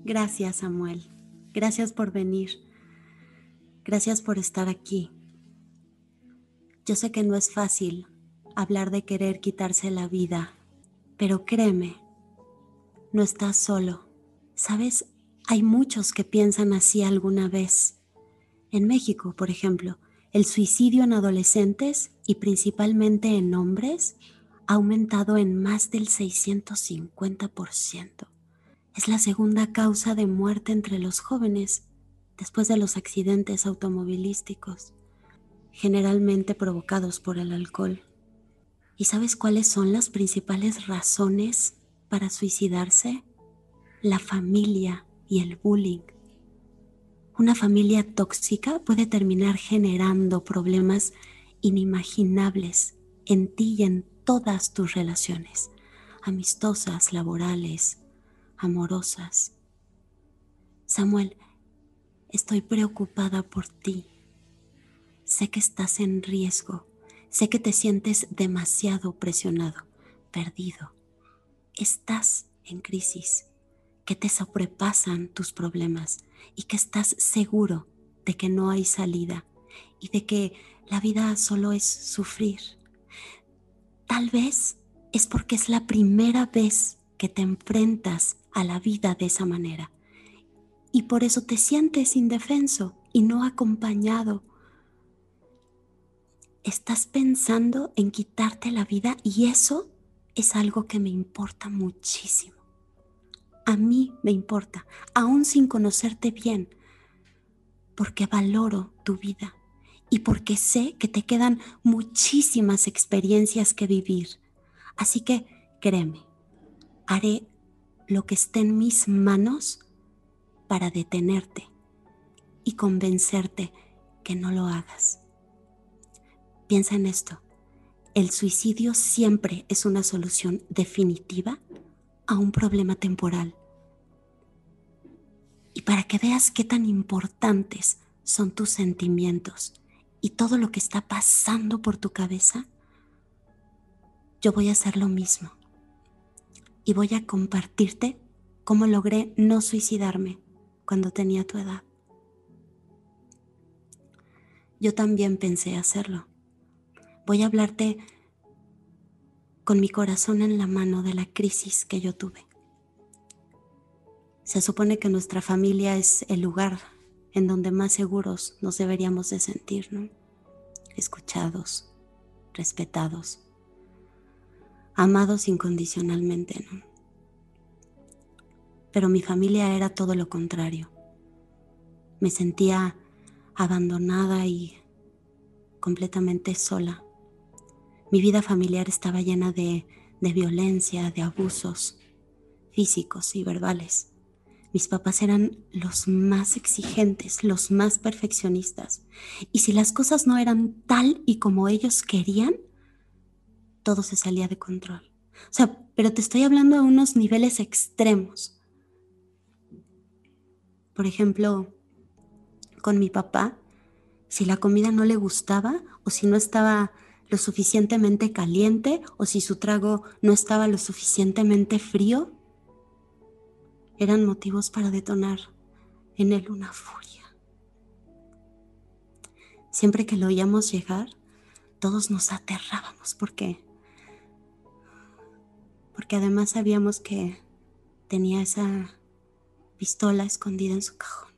Gracias, Samuel. Gracias por venir. Gracias por estar aquí. Yo sé que no es fácil hablar de querer quitarse la vida, pero créeme, no estás solo. ¿Sabes? Hay muchos que piensan así alguna vez. En México, por ejemplo, el suicidio en adolescentes y principalmente en hombres ha aumentado en más del 650%. Es la segunda causa de muerte entre los jóvenes, después de los accidentes automovilísticos, generalmente provocados por el alcohol. ¿Y sabes cuáles son las principales razones para suicidarse? La familia y el bullying. Una familia tóxica puede terminar generando problemas inimaginables en ti y en todas tus relaciones, amistosas, laborales, amorosas. Samuel, estoy preocupada por ti. Sé que estás en riesgo. Sé que te sientes demasiado presionado, perdido. Estás en crisis, que te sobrepasan tus problemas y que estás seguro de que no hay salida y de que la vida solo es sufrir. Tal vez es porque es la primera vez que te enfrentas a la vida de esa manera y por eso te sientes indefenso y no acompañado. Estás pensando en quitarte la vida y eso es algo que me importa muchísimo. A mí me importa, aún sin conocerte bien, porque valoro tu vida y porque sé que te quedan muchísimas experiencias que vivir. Así que créeme, haré lo que esté en mis manos para detenerte y convencerte que no lo hagas. Piensa en esto. El suicidio siempre es una solución definitiva a un problema temporal. Y para que veas qué tan importantes son tus sentimientos y todo lo que está pasando por tu cabeza, yo voy a hacer lo mismo. Y voy a compartirte cómo logré no suicidarme cuando tenía tu edad. Yo también pensé hacerlo. Voy a hablarte con mi corazón en la mano de la crisis que yo tuve. Se supone que nuestra familia es el lugar en donde más seguros nos deberíamos de sentir, ¿no? Escuchados, respetados, amados incondicionalmente, ¿no? Pero mi familia era todo lo contrario. Me sentía abandonada y completamente sola. Mi vida familiar estaba llena de violencia, de abusos físicos y verbales. Mis papás eran los más exigentes, los más perfeccionistas. Y si las cosas no eran tal y como ellos querían, todo se salía de control. O sea, pero te estoy hablando a unos niveles extremos. Por ejemplo, con mi papá, si la comida no le gustaba o si no estaba lo suficientemente caliente o si su trago no estaba lo suficientemente frío, eran motivos para detonar en él una furia. Siempre que lo oíamos llegar, todos nos aterrábamos porque además sabíamos que tenía esa pistola escondida en su cajón.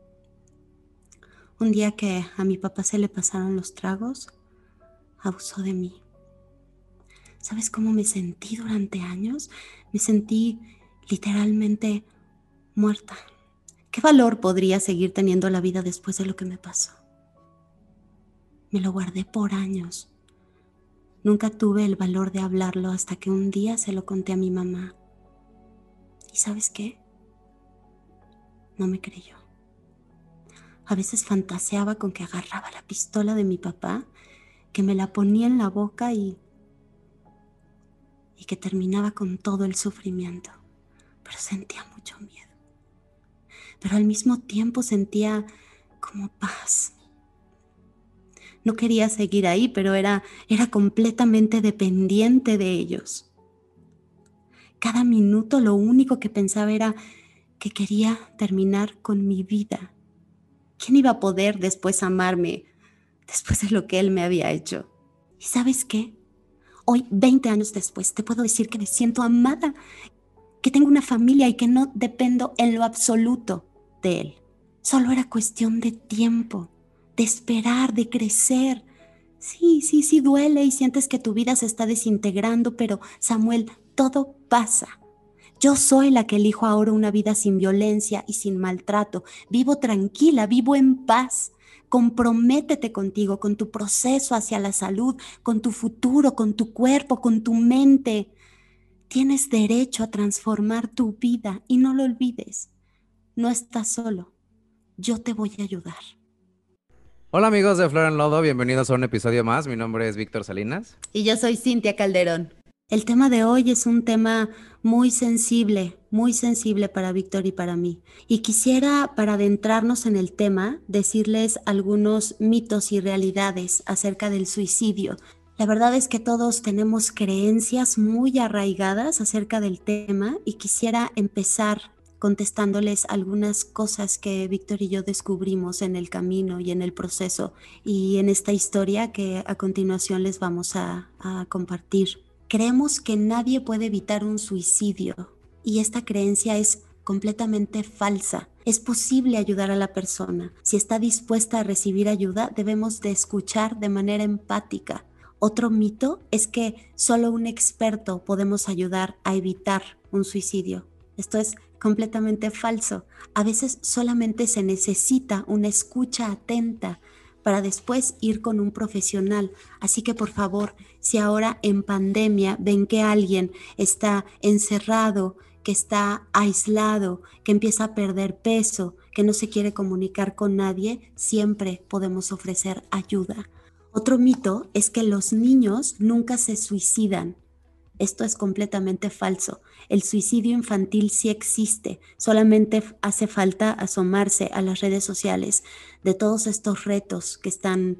Un día que a mi papá se le pasaron los tragos, abusó de mí. ¿Sabes cómo me sentí durante años? Me sentí literalmente muerta. ¿Qué valor podría seguir teniendo la vida después de lo que me pasó? Me lo guardé por años. Nunca tuve el valor de hablarlo hasta que un día se lo conté a mi mamá. ¿Y sabes qué? No me creyó. A veces fantaseaba con que agarraba la pistola de mi papá, que me la ponía en la boca y que terminaba con todo el sufrimiento. Pero sentía mucho miedo. Pero al mismo tiempo sentía como paz. No quería seguir ahí, pero era completamente dependiente de ellos. Cada minuto lo único que pensaba era que quería terminar con mi vida. ¿Quién iba a poder después amarme después de lo que él me había hecho? ¿Y sabes qué? Hoy, 20 años después, te puedo decir que me siento amada, que tengo una familia y que no dependo en lo absoluto de él. Solo era cuestión de tiempo, de esperar, de crecer. Sí, duele y sientes que tu vida se está desintegrando, pero Samuel, todo pasa. Yo soy la que elijo ahora una vida sin violencia y sin maltrato. Vivo tranquila, vivo en paz. Comprométete contigo, con tu proceso hacia la salud, con tu futuro, con tu cuerpo, con tu mente. Tienes derecho a transformar tu vida y no lo olvides. No estás solo. Yo te voy a ayudar. Hola amigos de Flor en Lodo, bienvenidos a un episodio más. Mi nombre es Víctor Salinas. Y yo soy Cintia Calderón. El tema de hoy es un tema muy sensible para Víctor y para mí. Y quisiera, para adentrarnos en el tema, decirles algunos mitos y realidades acerca del suicidio. La verdad es que todos tenemos creencias muy arraigadas acerca del tema y quisiera empezar contestándoles algunas cosas que Víctor y yo descubrimos en el camino y en el proceso y en esta historia que a continuación les vamos a compartir. Creemos que nadie puede evitar un suicidio y esta creencia es completamente falsa. Es posible ayudar a la persona. Si está dispuesta a recibir ayuda, debemos de escuchar de manera empática. Otro mito es que solo un experto podemos ayudar a evitar un suicidio. Esto es completamente falso. A veces solamente se necesita una escucha atenta para después ir con un profesional. Así que por favor, si ahora en pandemia ven que alguien está encerrado, que está aislado, que empieza a perder peso, que no se quiere comunicar con nadie, siempre podemos ofrecer ayuda. Otro mito es que los niños nunca se suicidan. Esto es completamente falso. El suicidio infantil sí existe, solamente hace falta asomarse a las redes sociales de todos estos retos que están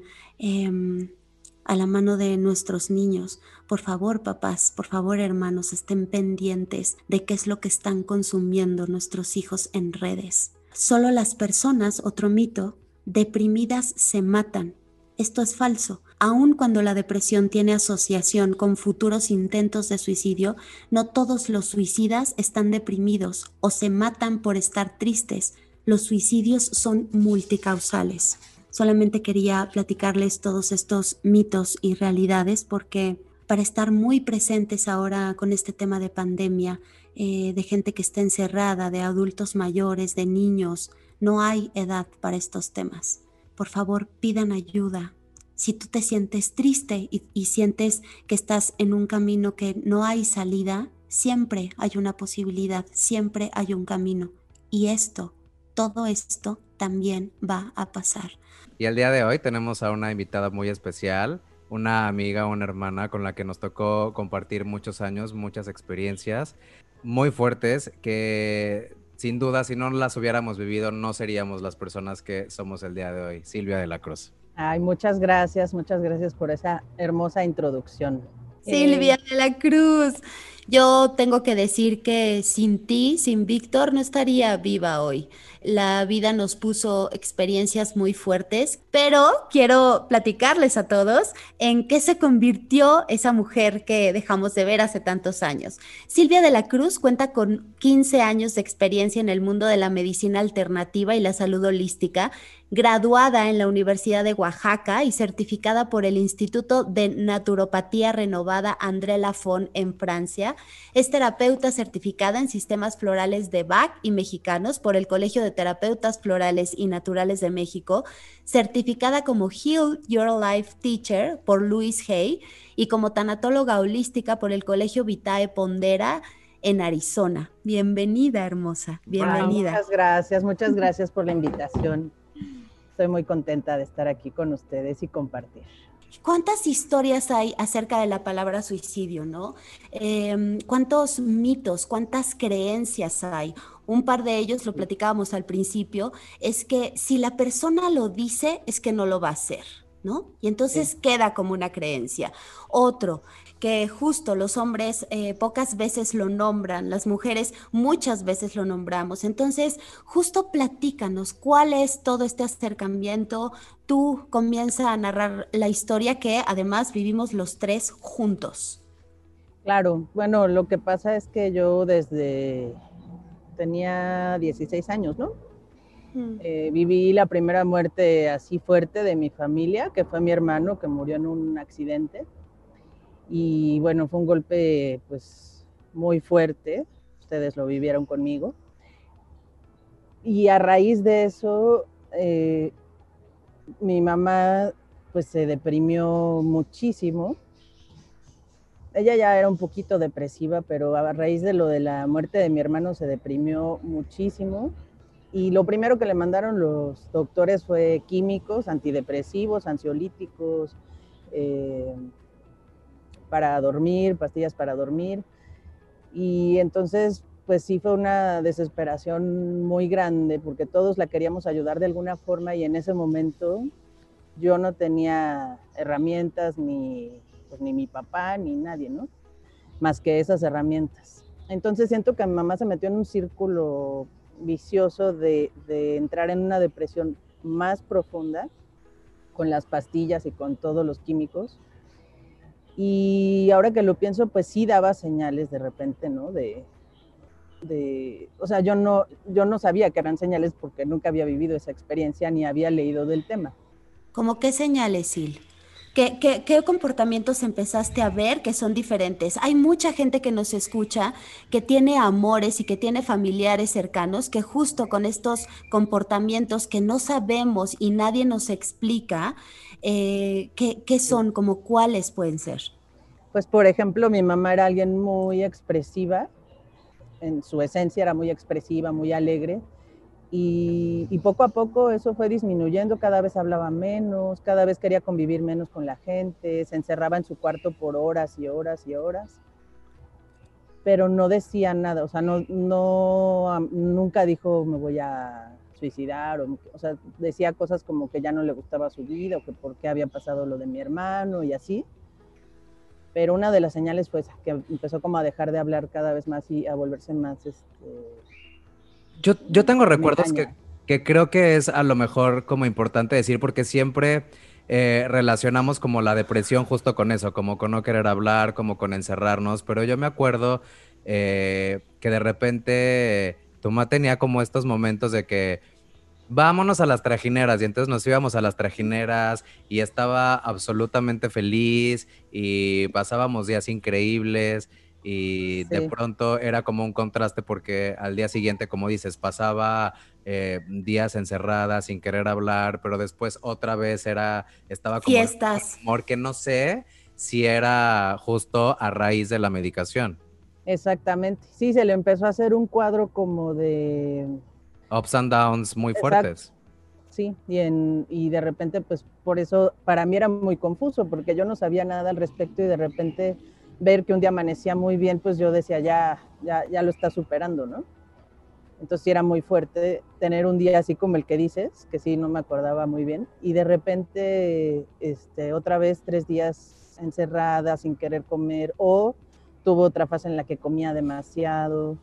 a la mano de nuestros niños. Por favor, papás, por favor, hermanos, estén pendientes de qué es lo que están consumiendo nuestros hijos en redes. Solo las personas, otro mito, deprimidas se matan. Esto es falso. Aun cuando la depresión tiene asociación con futuros intentos de suicidio, no todos los suicidas están deprimidos o se matan por estar tristes. Los suicidios son multicausales. Solamente quería platicarles todos estos mitos y realidades porque para estar muy presentes ahora con este tema de pandemia, de gente que está encerrada, de adultos mayores, de niños, no hay edad para estos temas. Por favor, pidan ayuda. Si tú te sientes triste y sientes que estás en un camino que no hay salida, siempre hay una posibilidad, siempre hay un camino. Y todo esto también va a pasar. Y el día de hoy tenemos a una invitada muy especial, una amiga, una hermana con la que nos tocó compartir muchos años, muchas experiencias muy fuertes que sin duda si no las hubiéramos vivido no seríamos las personas que somos el día de hoy. Silvia de la Cruz. Ay, muchas gracias por esa hermosa introducción. Silvia de la Cruz, yo tengo que decir que sin ti, sin Víctor, no estaría viva hoy. La vida nos puso experiencias muy fuertes, pero quiero platicarles a todos en qué se convirtió esa mujer que dejamos de ver hace tantos años. Silvia de la Cruz cuenta con 15 años de experiencia en el mundo de la medicina alternativa y la salud holística, graduada en la Universidad de Oaxaca y certificada por el Instituto de Naturopatía Renovada André Lafon en Francia. Es terapeuta certificada en sistemas florales de Bach y mexicanos por el Colegio de Terapeutas Florales y Naturales de México, certificada como Heal Your Life Teacher por Louise Hay y como tanatóloga holística por el Colegio Vitae Pondera en Arizona. Bienvenida, hermosa. Bienvenida. Ay, muchas gracias por la invitación. Estoy muy contenta de estar aquí con ustedes y compartir. ¿Cuántas historias hay acerca de la palabra suicidio, no? ¿Cuántos mitos, cuántas creencias hay? Un par de ellos, lo platicábamos al principio, es que si la persona lo dice, es que no lo va a hacer, ¿no? Y entonces queda como una creencia. Otro, que justo los hombres pocas veces lo nombran, las mujeres muchas veces lo nombramos. Entonces, justo platícanos cuál es todo este acercamiento. Tú comienza a narrar la historia que además vivimos los tres juntos. Claro, bueno, lo que pasa es que yo desde tenía 16 años, ¿no? Viví la primera muerte así fuerte de mi familia, que fue mi hermano que murió en un accidente. Y bueno, fue un golpe pues muy fuerte, ustedes lo vivieron conmigo. Y a raíz de eso, mi mamá pues se deprimió muchísimo. Ella ya era un poquito depresiva, pero a raíz de lo de la muerte de mi hermano se deprimió muchísimo. Y lo primero que le mandaron los doctores fue químicos, antidepresivos, ansiolíticos, para dormir, pastillas para dormir. Y entonces, pues sí fue una desesperación muy grande porque todos la queríamos ayudar de alguna forma y en ese momento yo no tenía herramientas pues, ni mi papá ni nadie, ¿no? Más que esas herramientas. Entonces siento que mi mamá se metió en un círculo vicioso de entrar en una depresión más profunda con las pastillas y con todos los químicos. Y ahora que lo pienso, pues sí daba señales de repente, ¿no? O sea, yo no sabía que eran señales porque nunca había vivido esa experiencia ni había leído del tema. ¿Cómo qué señales, Sil? ¿Qué comportamientos empezaste a ver que son diferentes? Hay mucha gente que nos escucha, que tiene amores y que tiene familiares cercanos, que justo con estos comportamientos que no sabemos y nadie nos explica, ¿qué son? ¿Como cuáles pueden ser? Pues, por ejemplo, mi mamá era alguien muy expresiva, en su esencia era muy expresiva, muy alegre, y poco a poco eso fue disminuyendo, cada vez hablaba menos, cada vez quería convivir menos con la gente, se encerraba en su cuarto por horas y horas y horas, pero no decía nada, o sea, nunca dijo me voy a suicidar, o sea, decía cosas como que ya no le gustaba su vida o que por qué había pasado lo de mi hermano y así. Pero una de las señales fue esa, que empezó como a dejar de hablar cada vez más y a volverse más Yo tengo recuerdos ermitaña. que creo que es a lo mejor como importante decir porque siempre relacionamos como la depresión justo con eso, como con no querer hablar, como con encerrarnos, pero yo me acuerdo que de repente tu mamá tenía como estos momentos de que vámonos a las trajineras y entonces nos íbamos a las trajineras y estaba absolutamente feliz y pasábamos días increíbles y de Sí, pronto era como un contraste porque al día siguiente, como dices, pasaba días encerrada sin querer hablar, pero después otra vez estaba como de un Fiestas. humor que no sé si era justo a raíz de la medicación. exactamente. Sí, se le empezó a hacer un cuadro como de... Ups and downs muy Exacto, fuertes. sí, y de repente, pues por eso para mí era muy confuso, porque yo no sabía nada al respecto y de repente ver que un día amanecía muy bien, pues yo decía, ya lo está superando, ¿no? Entonces sí era muy fuerte tener un día así como el que dices, que sí, no me acordaba muy bien, y de repente otra vez 3 días encerrada sin querer comer, o tuvo otra fase en la que comía demasiado,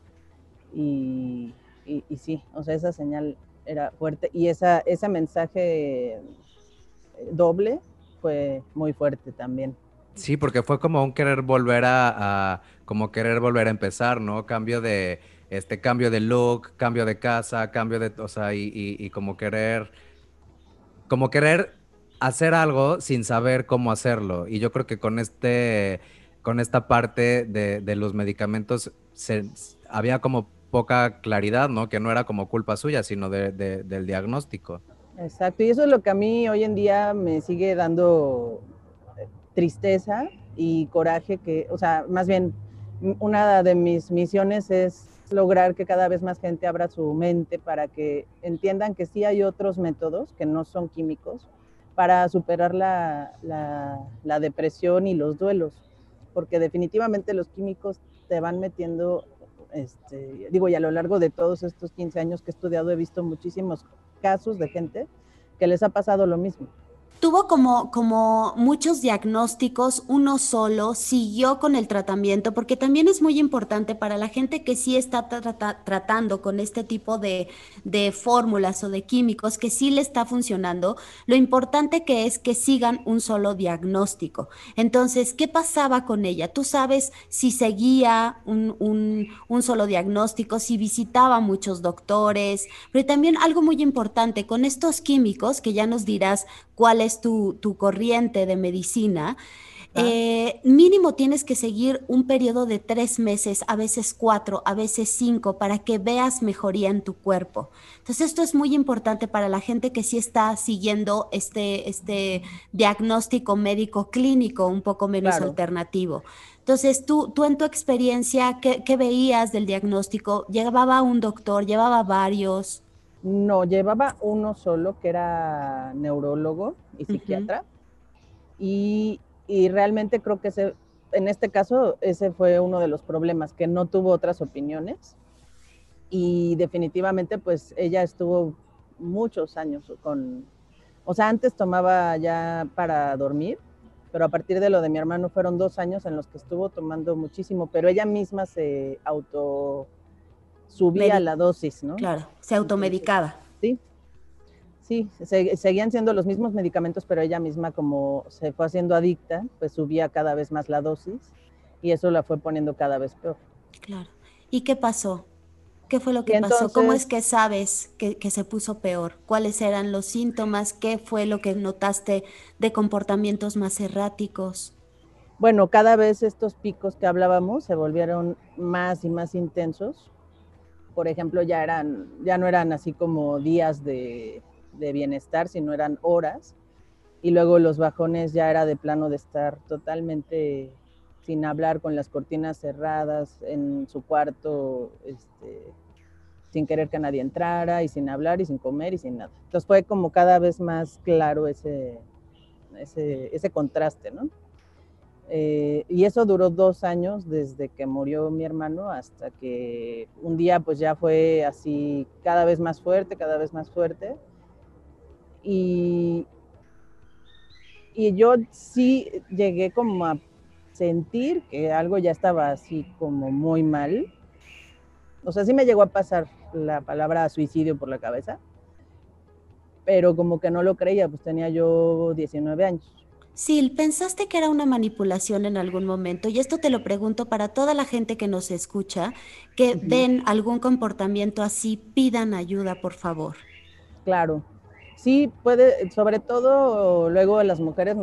y sí, o sea, esa señal era fuerte, y ese mensaje doble fue muy fuerte también. Sí, porque fue como un querer volver como querer volver a empezar, ¿no? Cambio de look, cambio de casa, o sea, y como querer hacer algo sin saber cómo hacerlo. Y yo creo que con esta parte de los medicamentos había como poca claridad, ¿no? Que no era como culpa suya, sino del diagnóstico. Exacto, y eso es lo que a mí hoy en día me sigue dando tristeza y coraje, que, o sea, más bien una de mis misiones es lograr que cada vez más gente abra su mente para que entiendan que sí hay otros métodos que no son químicos para superar la depresión y los duelos, porque definitivamente los químicos te van metiendo, digo, y a lo largo de todos estos 15 años que he estudiado he visto muchísimos casos de gente que les ha pasado lo mismo. tuvo como muchos diagnósticos, uno solo, siguió con el tratamiento, porque también es muy importante para la gente que sí está tratando con este tipo de fórmulas o de químicos, que sí le está funcionando, lo importante que es que sigan un solo diagnóstico. Entonces, ¿qué pasaba con ella? Tú sabes si seguía un solo diagnóstico, si visitaba a muchos doctores, pero también algo muy importante, con estos químicos, que ya nos dirás cuál es tu corriente de medicina, Ah, mínimo tienes que seguir un periodo de 3 meses, a veces 4, a veces 5, para que veas mejoría en tu cuerpo. Entonces, esto es muy importante para la gente que sí está siguiendo este diagnóstico médico clínico un poco menos claro. alternativo. Entonces, tú en tu experiencia, ¿qué veías del diagnóstico? ¿Llevaba un doctor? ¿Llevaba varios? No, llevaba uno solo, que era neurólogo y Ujú. psiquiatra, y realmente creo que en este caso, ese fue uno de los problemas, que no tuvo otras opiniones, y definitivamente, pues, ella estuvo muchos años o sea, antes tomaba ya para dormir, pero a partir de lo de mi hermano fueron 2 años en los que estuvo tomando muchísimo, pero ella misma se auto subía Medi- la dosis, ¿no? claro, se Entonces, automedicaba. sí, sí, seguían siendo los mismos medicamentos, pero ella misma, como se fue haciendo adicta, pues subía cada vez más la dosis y eso la fue poniendo cada vez peor. Claro. ¿Y qué pasó? ¿Qué fue lo Y que pasó? ¿Cómo es entonces, que sabes que se puso peor? ¿Cuáles eran los síntomas? ¿Qué fue lo que notaste de comportamientos más erráticos? bueno, cada vez estos picos que hablábamos se volvieron más y más intensos. Por ejemplo, ya no eran así como días de bienestar, sino eran horas. Y luego los bajones ya era de plano de estar totalmente sin hablar, con las cortinas cerradas en su cuarto, sin querer que nadie entrara y sin hablar y sin comer y sin nada. Entonces fue como cada vez más claro ese contraste, ¿no? Y eso duró 2 años desde que murió mi hermano hasta que un día pues ya fue así cada vez más fuerte, cada vez más fuerte. Y, y yo sí llegué como a sentir que algo ya estaba así como muy mal. O sea, sí me llegó a pasar la palabra suicidio por la cabeza, pero como que no lo creía, pues tenía yo 19 años. Sil, ¿pensaste que era una manipulación en algún momento? Y esto te lo pregunto para toda la gente que nos escucha, que Ujú. ven algún comportamiento así, pidan ayuda, por favor. Claro, sí puede, sobre todo luego las mujeres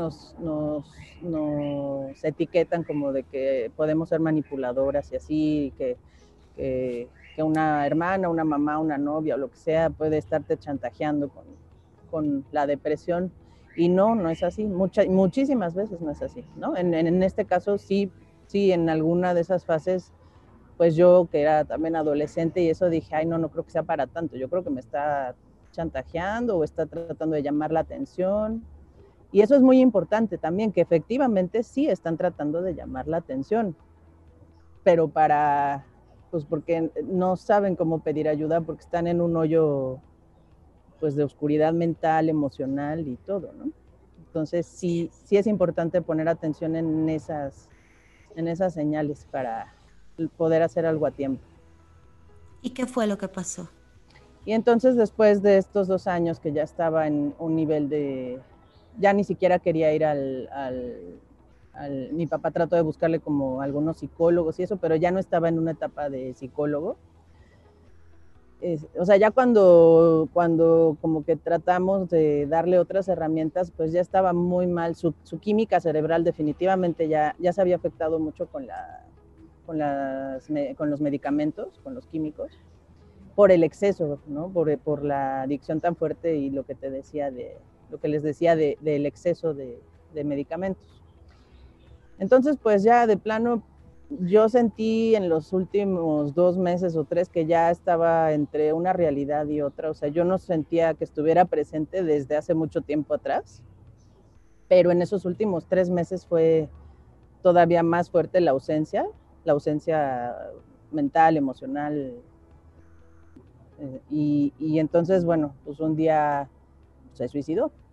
nos etiquetan como de que podemos ser manipuladoras y así, que una hermana, una mamá, una novia o lo que sea puede estarte chantajeando con la depresión. Y no, no es así. Muchísimas veces no es así, ¿no? En este caso sí, sí, en alguna de esas fases, pues yo que era también adolescente y eso dije, ay, no, no creo que sea para tanto. Yo creo que me está chantajeando o está tratando de llamar la atención. Y eso es muy importante también, que efectivamente sí están tratando de llamar la atención, pero pues porque no saben cómo pedir ayuda porque están en un hoyo pues de oscuridad mental, emocional y todo, ¿no? Entonces Así sí, es. sí es importante poner atención en esas señales para poder hacer algo a tiempo. ¿Y qué fue lo que pasó? Y entonces después de estos 2 años que ya estaba en un nivel ya ni siquiera quería ir mi papá trató de buscarle como algunos psicólogos y eso, pero ya no estaba en una etapa de psicólogo. O sea, ya cuando como que tratamos de darle otras herramientas, pues ya estaba muy mal, su química cerebral definitivamente ya se había afectado mucho con los medicamentos, con los químicos, por el exceso, ¿no? Por la adicción tan fuerte y lo que les decía del exceso de medicamentos. Entonces, pues ya de plano, yo sentí en los últimos 2 meses o 3 que ya estaba entre una realidad y otra. O sea, yo no sentía que estuviera presente desde hace mucho tiempo atrás, pero en esos últimos 3 meses fue todavía más fuerte la ausencia mental, emocional. Y entonces, bueno, pues un día se suicidó,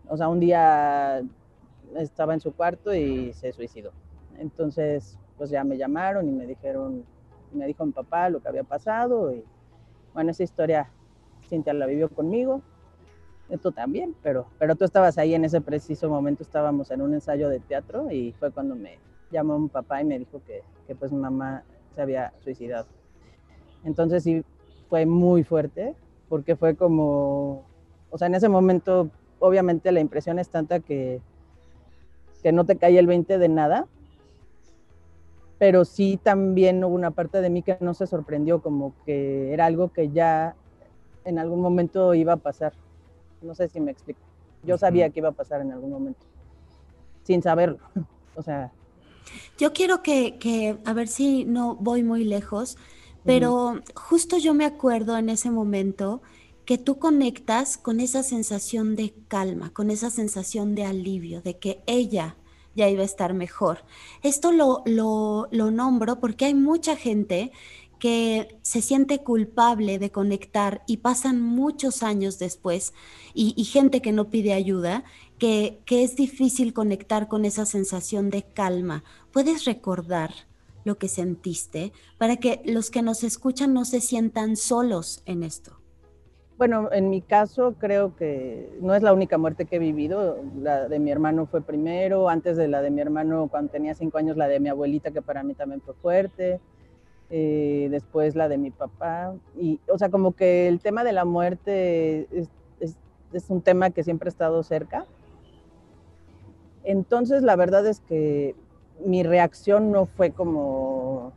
O sea, un día estaba en su cuarto y se suicidó. Entonces, pues ya me llamaron y me dijo mi papá lo que había pasado. Y bueno, esa historia Cintia la vivió conmigo, tú también, pero tú estabas ahí en ese preciso momento, estábamos en un ensayo de teatro y fue cuando me llamó mi papá y me dijo que pues mi mamá se había suicidado. Entonces sí, fue muy fuerte, porque fue como, o sea, en ese momento, obviamente la impresión es tanta que no te cae el 20 de nada, pero sí también hubo una parte de mí que no se sorprendió, como que era algo que ya en algún momento iba a pasar. No sé si me explico. Yo sabía que iba a pasar en algún momento, sin saberlo. O sea. Yo quiero a ver si no voy muy lejos, pero justo yo me acuerdo en ese momento que tú conectas con esa sensación de calma, con esa sensación de alivio, de que ella ya iba a estar mejor. Esto lo nombro porque hay mucha gente que se siente culpable de conectar y pasan muchos años después y gente que no pide ayuda, que es difícil conectar con esa sensación de calma. ¿Puedes recordar lo que sentiste para que los que nos escuchan no se sientan solos en esto? Bueno, en mi caso creo que no es la única muerte que he vivido. La de mi hermano fue primero, antes de la de mi hermano cuando tenía 5 años, la de mi abuelita, que para mí también fue fuerte, después la de mi papá. Y, o sea, como que el tema de la muerte es un tema que siempre ha estado cerca. Entonces, la verdad es que mi reacción no fue como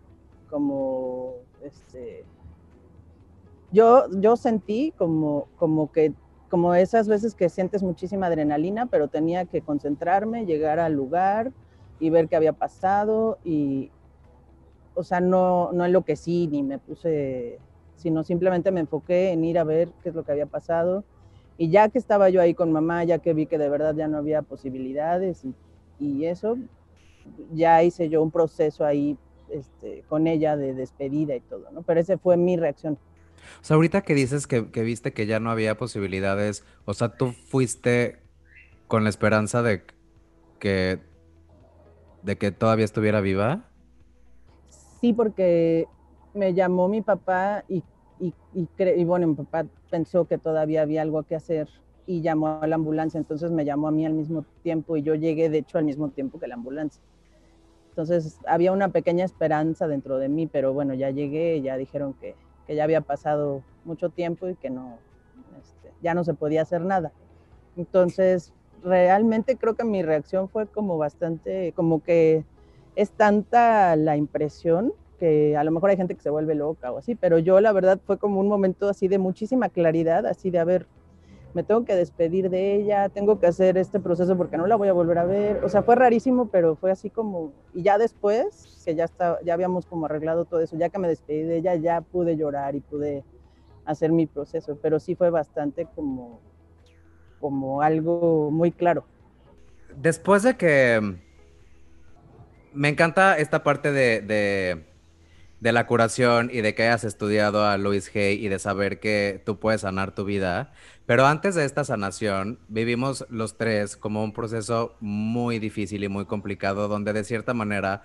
yo sentí como esas veces que sientes muchísima adrenalina, pero tenía que concentrarme, llegar al lugar y ver qué había pasado. Y, o sea, no enloquecí ni me puse, sino simplemente me enfoqué en ir a ver qué es lo que había pasado. Y ya que estaba yo ahí con mamá, ya que vi que de verdad ya no había posibilidades y eso, ya hice yo un proceso ahí con ella de despedida y todo, ¿no? Pero esa fue mi reacción. O sea, ahorita que dices que viste que ya no había posibilidades, o sea, tú fuiste con la esperanza que, de que todavía estuviera viva. Sí, porque me llamó mi papá y bueno, mi papá pensó que todavía había algo que hacer y llamó a la ambulancia, entonces me llamó a mí al mismo tiempo y yo llegué de hecho al mismo tiempo que la ambulancia. Entonces había una pequeña esperanza dentro de mí, pero bueno, ya llegué, ya dijeron que ya había pasado mucho tiempo y que no, ya no se podía hacer nada. Entonces, realmente creo que mi reacción fue como bastante, como que es tanta la impresión que a lo mejor hay gente que se vuelve loca o así, pero yo la verdad fue como un momento así de muchísima claridad, así de, a ver, me tengo que despedir de ella, tengo que hacer este proceso porque no la voy a volver a ver. O sea, fue rarísimo, pero fue así como, y ya después, que ya habíamos como arreglado todo eso, ya que me despedí de ella, ya pude llorar y pude hacer mi proceso, pero sí fue bastante como algo muy claro. Después de que me encanta esta parte de la curación y de que hayas estudiado a Louise Hay y de saber que tú puedes sanar tu vida, pero antes de esta sanación vivimos los tres como un proceso muy difícil y muy complicado donde de cierta manera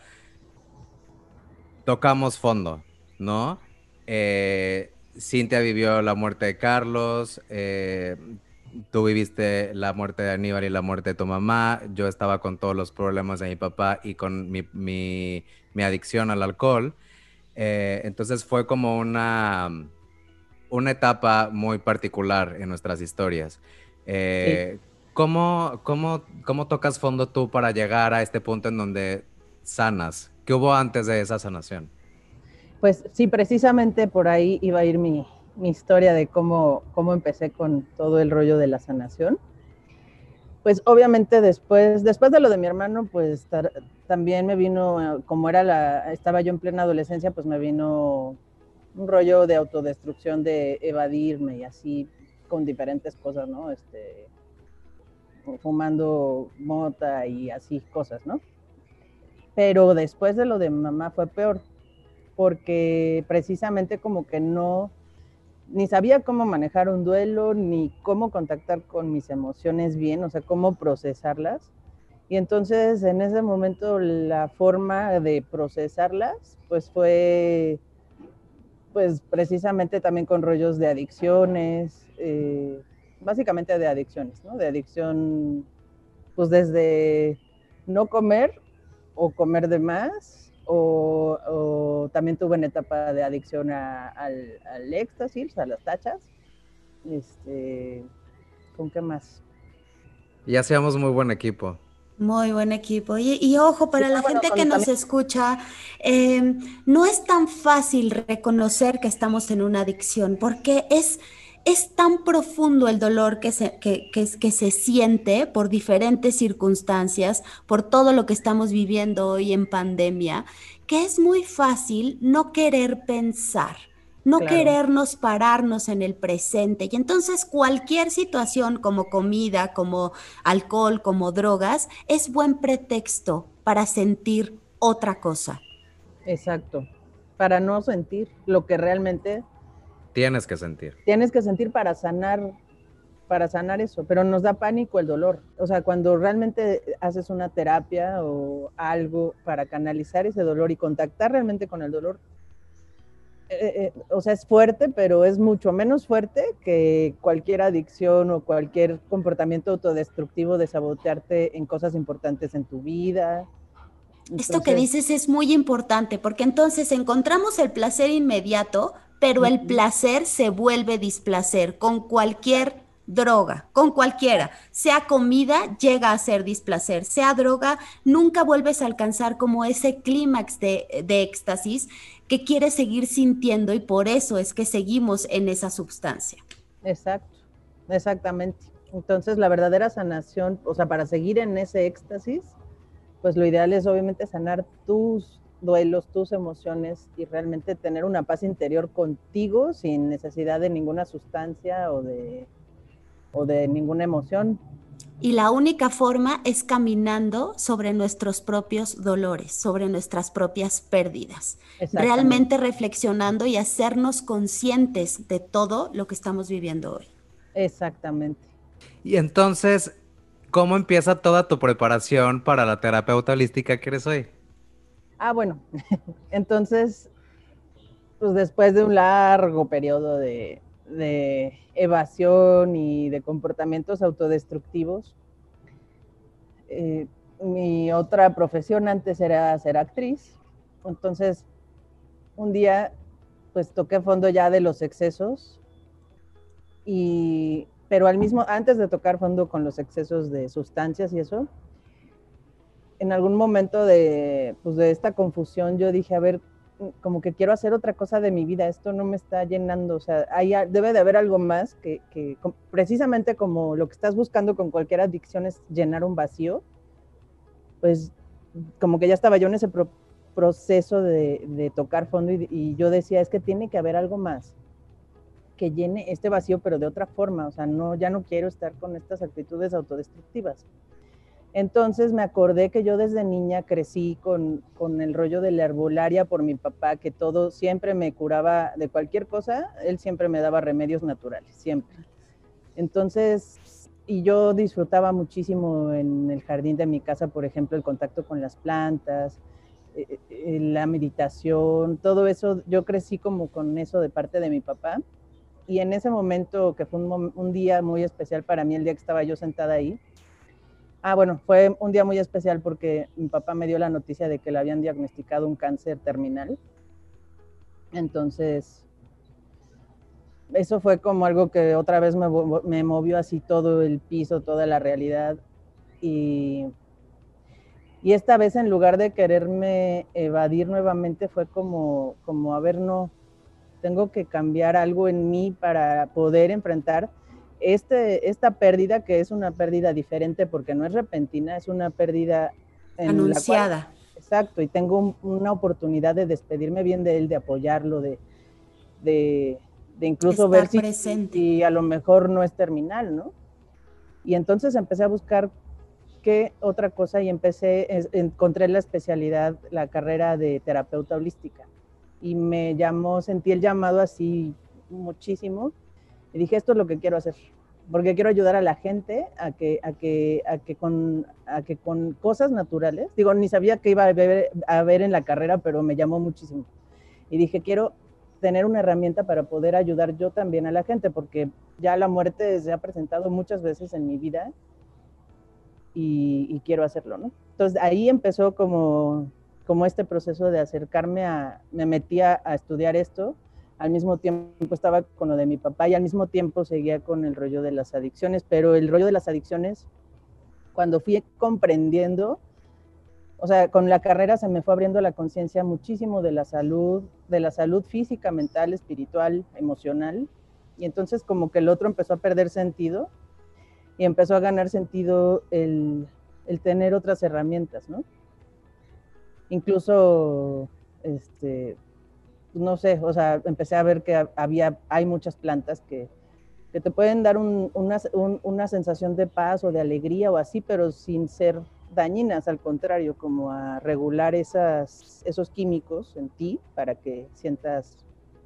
tocamos fondo, ¿no? Cintia vivió la muerte de Carlos, tú viviste la muerte de Aníbal y la muerte de tu mamá, yo estaba con todos los problemas de mi papá y con mi adicción al alcohol. Entonces fue como una etapa muy particular en nuestras historias. Sí. Eh, ¿cómo tocas fondo tú para llegar a este punto en donde sanas? ¿Qué hubo antes de esa sanación? Pues sí, precisamente por ahí iba a ir mi historia de cómo empecé con todo el rollo de la sanación. Pues obviamente después de lo de mi hermano, pues también me vino, como estaba yo en plena adolescencia, pues me vino un rollo de autodestrucción, de evadirme y así con diferentes cosas, ¿no? Fumando mota y así cosas, ¿no? Pero después de lo de mi mamá fue peor, porque precisamente como que no, ni sabía cómo manejar un duelo, ni cómo contactar con mis emociones bien, o sea, cómo procesarlas. Y entonces en ese momento la forma de procesarlas pues fue pues precisamente también con rollos de adicciones, básicamente de adicciones, ¿no? De adicción pues desde no comer o comer de más, o también tuve una etapa de adicción al éxtasis, a las tachas. ¿Con qué más? Y hacíamos muy buen equipo. Muy buen equipo. Y ojo, para la Bueno, gente que nos también, escucha, no es tan fácil reconocer que estamos en una adicción, porque es tan profundo el dolor que se siente por diferentes circunstancias, por todo lo que estamos viviendo hoy en pandemia, que es muy fácil no querer pensar. No claro, querernos pararnos en el presente. Y entonces cualquier situación como comida, como alcohol, como drogas, es buen pretexto para sentir otra cosa. exacto, para no sentir lo que realmente Tienes que sentir. tienes que sentir para sanar eso, pero nos da pánico el dolor. O sea, cuando realmente haces una terapia o algo para canalizar ese dolor y contactar realmente con el dolor, o sea, es fuerte, pero es mucho menos fuerte que cualquier adicción o cualquier comportamiento autodestructivo de sabotearte en cosas importantes en tu vida. Esto que Entonces, dices es muy importante porque entonces encontramos el placer inmediato, pero el placer se vuelve displacer con cualquier droga, con cualquiera. Sea comida, llega a ser displacer. Sea droga, nunca vuelves a alcanzar como ese clímax de éxtasis que quieres seguir sintiendo y por eso es que seguimos en esa sustancia. exacto, exactamente. Entonces, la verdadera sanación, o sea, para seguir en ese éxtasis, pues lo ideal es obviamente sanar tus duelos, tus emociones y realmente tener una paz interior contigo sin necesidad de ninguna sustancia o de ninguna emoción. Y la única forma es caminando sobre nuestros propios dolores, sobre nuestras propias pérdidas, Exactamente, realmente reflexionando y hacernos conscientes de todo lo que estamos viviendo hoy. exactamente. Y entonces, ¿cómo empieza toda tu preparación para la terapeuta holística que eres hoy? Bueno, entonces, pues después de un largo periodo de evasión y de comportamientos autodestructivos, mi otra profesión antes era ser actriz. Entonces, un día, pues toqué fondo ya de los excesos, pero antes de tocar fondo con los excesos de sustancias y eso, en algún momento pues de esta confusión yo dije, a ver, como que quiero hacer otra cosa de mi vida, esto no me está llenando, o sea, debe de haber algo más que precisamente como lo que estás buscando con cualquier adicción es llenar un vacío, pues como que ya estaba yo en ese proceso de tocar fondo y yo decía, es que tiene que haber algo más que llene este vacío, pero de otra forma, o sea, no, ya no quiero estar con estas actitudes autodestructivas. Entonces me acordé que yo desde niña crecí con el rollo de la herbolaria por mi papá, que todo siempre me curaba de cualquier cosa, él siempre me daba remedios naturales, siempre. Entonces, y yo disfrutaba muchísimo en el jardín de mi casa, por ejemplo, el contacto con las plantas, la meditación, todo eso, yo crecí como con eso de parte de mi papá. Y en ese momento, que fue un día muy especial para mí, el día que estaba yo sentada ahí, bueno, fue un día muy especial porque mi papá me dio la noticia de que le habían diagnosticado un cáncer terminal. Entonces, eso fue como algo que otra vez me movió así todo el piso, toda la realidad. Y, y esta vez en lugar de quererme evadir nuevamente fue como a ver, no, tengo que cambiar algo en mí para poder enfrentar esta pérdida, que es una pérdida diferente porque no es repentina, es una pérdida en la cual, Anunciada. exacto, y tengo una oportunidad de despedirme bien de él, de apoyarlo, de, de incluso ver Estar presente. si a lo mejor no es terminal, ¿no? Y entonces empecé a buscar qué otra cosa y encontré la especialidad, la carrera de terapeuta holística. Y sentí el llamado así muchísimo. Y dije, esto es lo que quiero hacer, porque quiero ayudar a la gente a que con cosas naturales, digo, ni sabía que iba a ver en la carrera, pero me llamó muchísimo. Y dije, quiero tener una herramienta para poder ayudar yo también a la gente, porque ya la muerte se ha presentado muchas veces en mi vida y quiero hacerlo, ¿no? Entonces ahí empezó como este proceso de acercarme me metí a estudiar esto, al mismo tiempo estaba con lo de mi papá y al mismo tiempo seguía con el rollo de las adicciones, pero el rollo de las adicciones, cuando fui comprendiendo, o sea, con la carrera se me fue abriendo la conciencia muchísimo de la salud física, mental, espiritual, emocional, y entonces como que el otro empezó a perder sentido y empezó a ganar sentido el tener otras herramientas, ¿no? Incluso, no sé, o sea, empecé a ver que hay muchas plantas que te pueden dar una sensación de paz o de alegría o así, pero sin ser dañinas, al contrario, como a regular esos químicos en ti para que sientas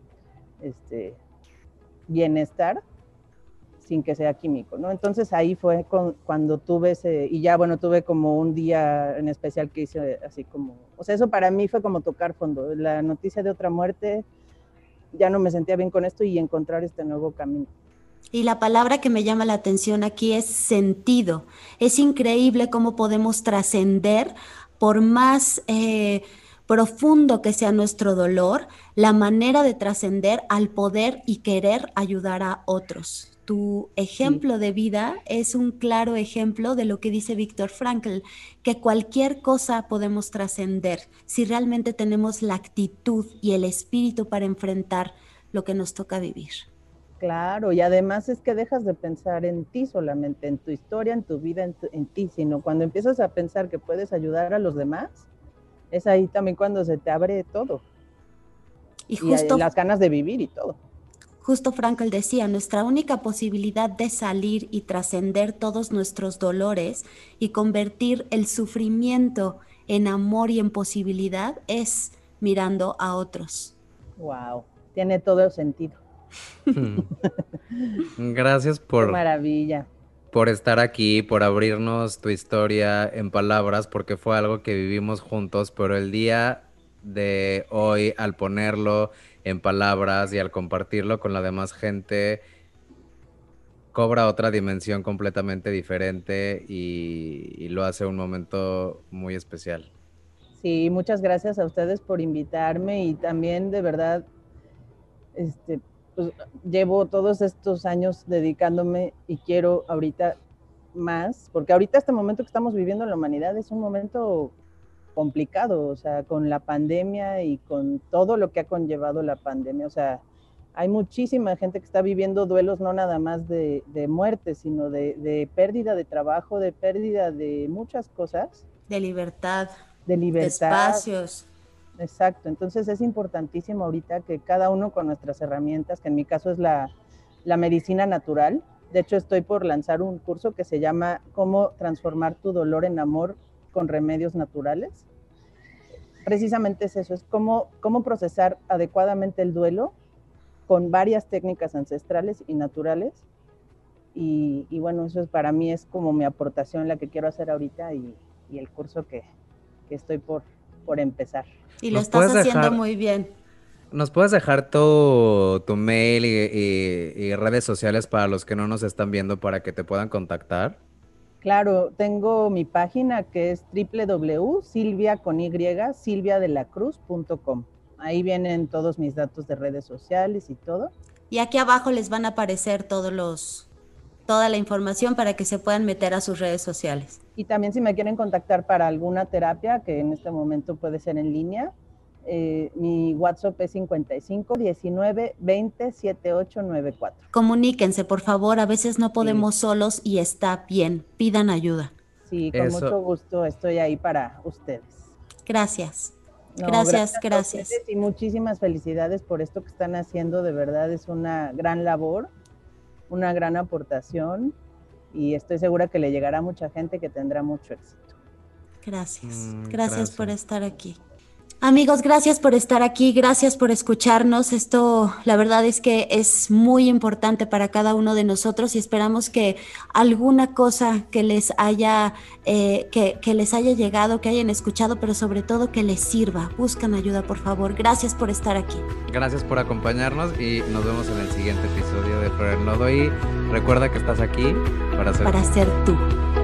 bienestar sin que sea químico, ¿no? Entonces ahí fue cuando tuve y ya bueno, tuve como un día en especial que hice así como, o sea, eso para mí fue como tocar fondo, la noticia de otra muerte, ya no me sentía bien con esto y encontrar este nuevo camino. Y la palabra que me llama la atención aquí es sentido. Es increíble cómo podemos trascender por más profundo que sea nuestro dolor, la manera de trascender al poder y querer ayudar a otros. Tu ejemplo de vida es un claro ejemplo de lo que dice Viktor Frankl, que cualquier cosa podemos trascender si realmente tenemos la actitud y el espíritu para enfrentar lo que nos toca vivir. Claro, y además es que dejas de pensar en ti solamente, en tu historia, en tu vida, en ti, sino cuando empiezas a pensar que puedes ayudar a los demás, es ahí también cuando se te abre todo. Y las ganas de vivir y todo. Justo Frankl decía, nuestra única posibilidad de salir y trascender todos nuestros dolores y convertir el sufrimiento en amor y en posibilidad es mirando a otros. Wow, tiene todo el sentido. Gracias Qué maravilla. Por estar aquí, por abrirnos tu historia en palabras, porque fue algo que vivimos juntos, pero el día de hoy, al ponerlo en palabras y al compartirlo con la demás gente, cobra otra dimensión completamente diferente y lo hace un momento muy especial. Sí, muchas gracias a ustedes por invitarme y también de verdad, pues, llevo todos estos años dedicándome y quiero ahorita más, porque ahorita este momento que estamos viviendo en la humanidad es un momento complicado, o sea, con la pandemia y con todo lo que ha conllevado la pandemia, o sea, hay muchísima gente que está viviendo duelos no nada más de muerte, sino de pérdida de trabajo, de pérdida de muchas cosas. De libertad. De espacios. Exacto, entonces es importantísimo ahorita que cada uno con nuestras herramientas, que en mi caso es la medicina natural. De hecho, estoy por lanzar un curso que se llama Cómo transformar tu dolor en amor con remedios naturales. Precisamente es eso, es cómo procesar adecuadamente el duelo con varias técnicas ancestrales y naturales. Y bueno, eso para mí es como mi aportación, la que quiero hacer ahorita y el curso que estoy por empezar. Y lo estás haciendo muy bien. ¿Nos puedes dejar tu mail y redes sociales para los que no nos están viendo para que te puedan contactar? Claro, tengo mi página que es www.silviadelacruz.com. Ahí vienen todos mis datos de redes sociales y todo. Y aquí abajo les van a aparecer toda la información para que se puedan meter a sus redes sociales. Y también si me quieren contactar para alguna terapia, que en este momento puede ser en línea, mi WhatsApp es 55 19 20 7894. Comuníquense, por favor, a veces no podemos solos y está bien, pidan ayuda. Sí, con mucho gusto estoy ahí para ustedes. Gracias. Gracias. Y muchísimas felicidades por esto que están haciendo, de verdad es una gran labor, una gran aportación y estoy segura que le llegará a mucha gente que tendrá mucho éxito. Gracias. Gracias por estar aquí. Amigos, gracias por estar aquí, gracias por escucharnos. Esto, la verdad es que es muy importante para cada uno de nosotros y esperamos que alguna cosa que les haya, que les haya llegado, que hayan escuchado, pero sobre todo que les sirva. Buscan ayuda, por favor. Gracias por estar aquí. Gracias por acompañarnos y nos vemos en el siguiente episodio de Flor en Lodo. Y recuerda que estás aquí para ser tú.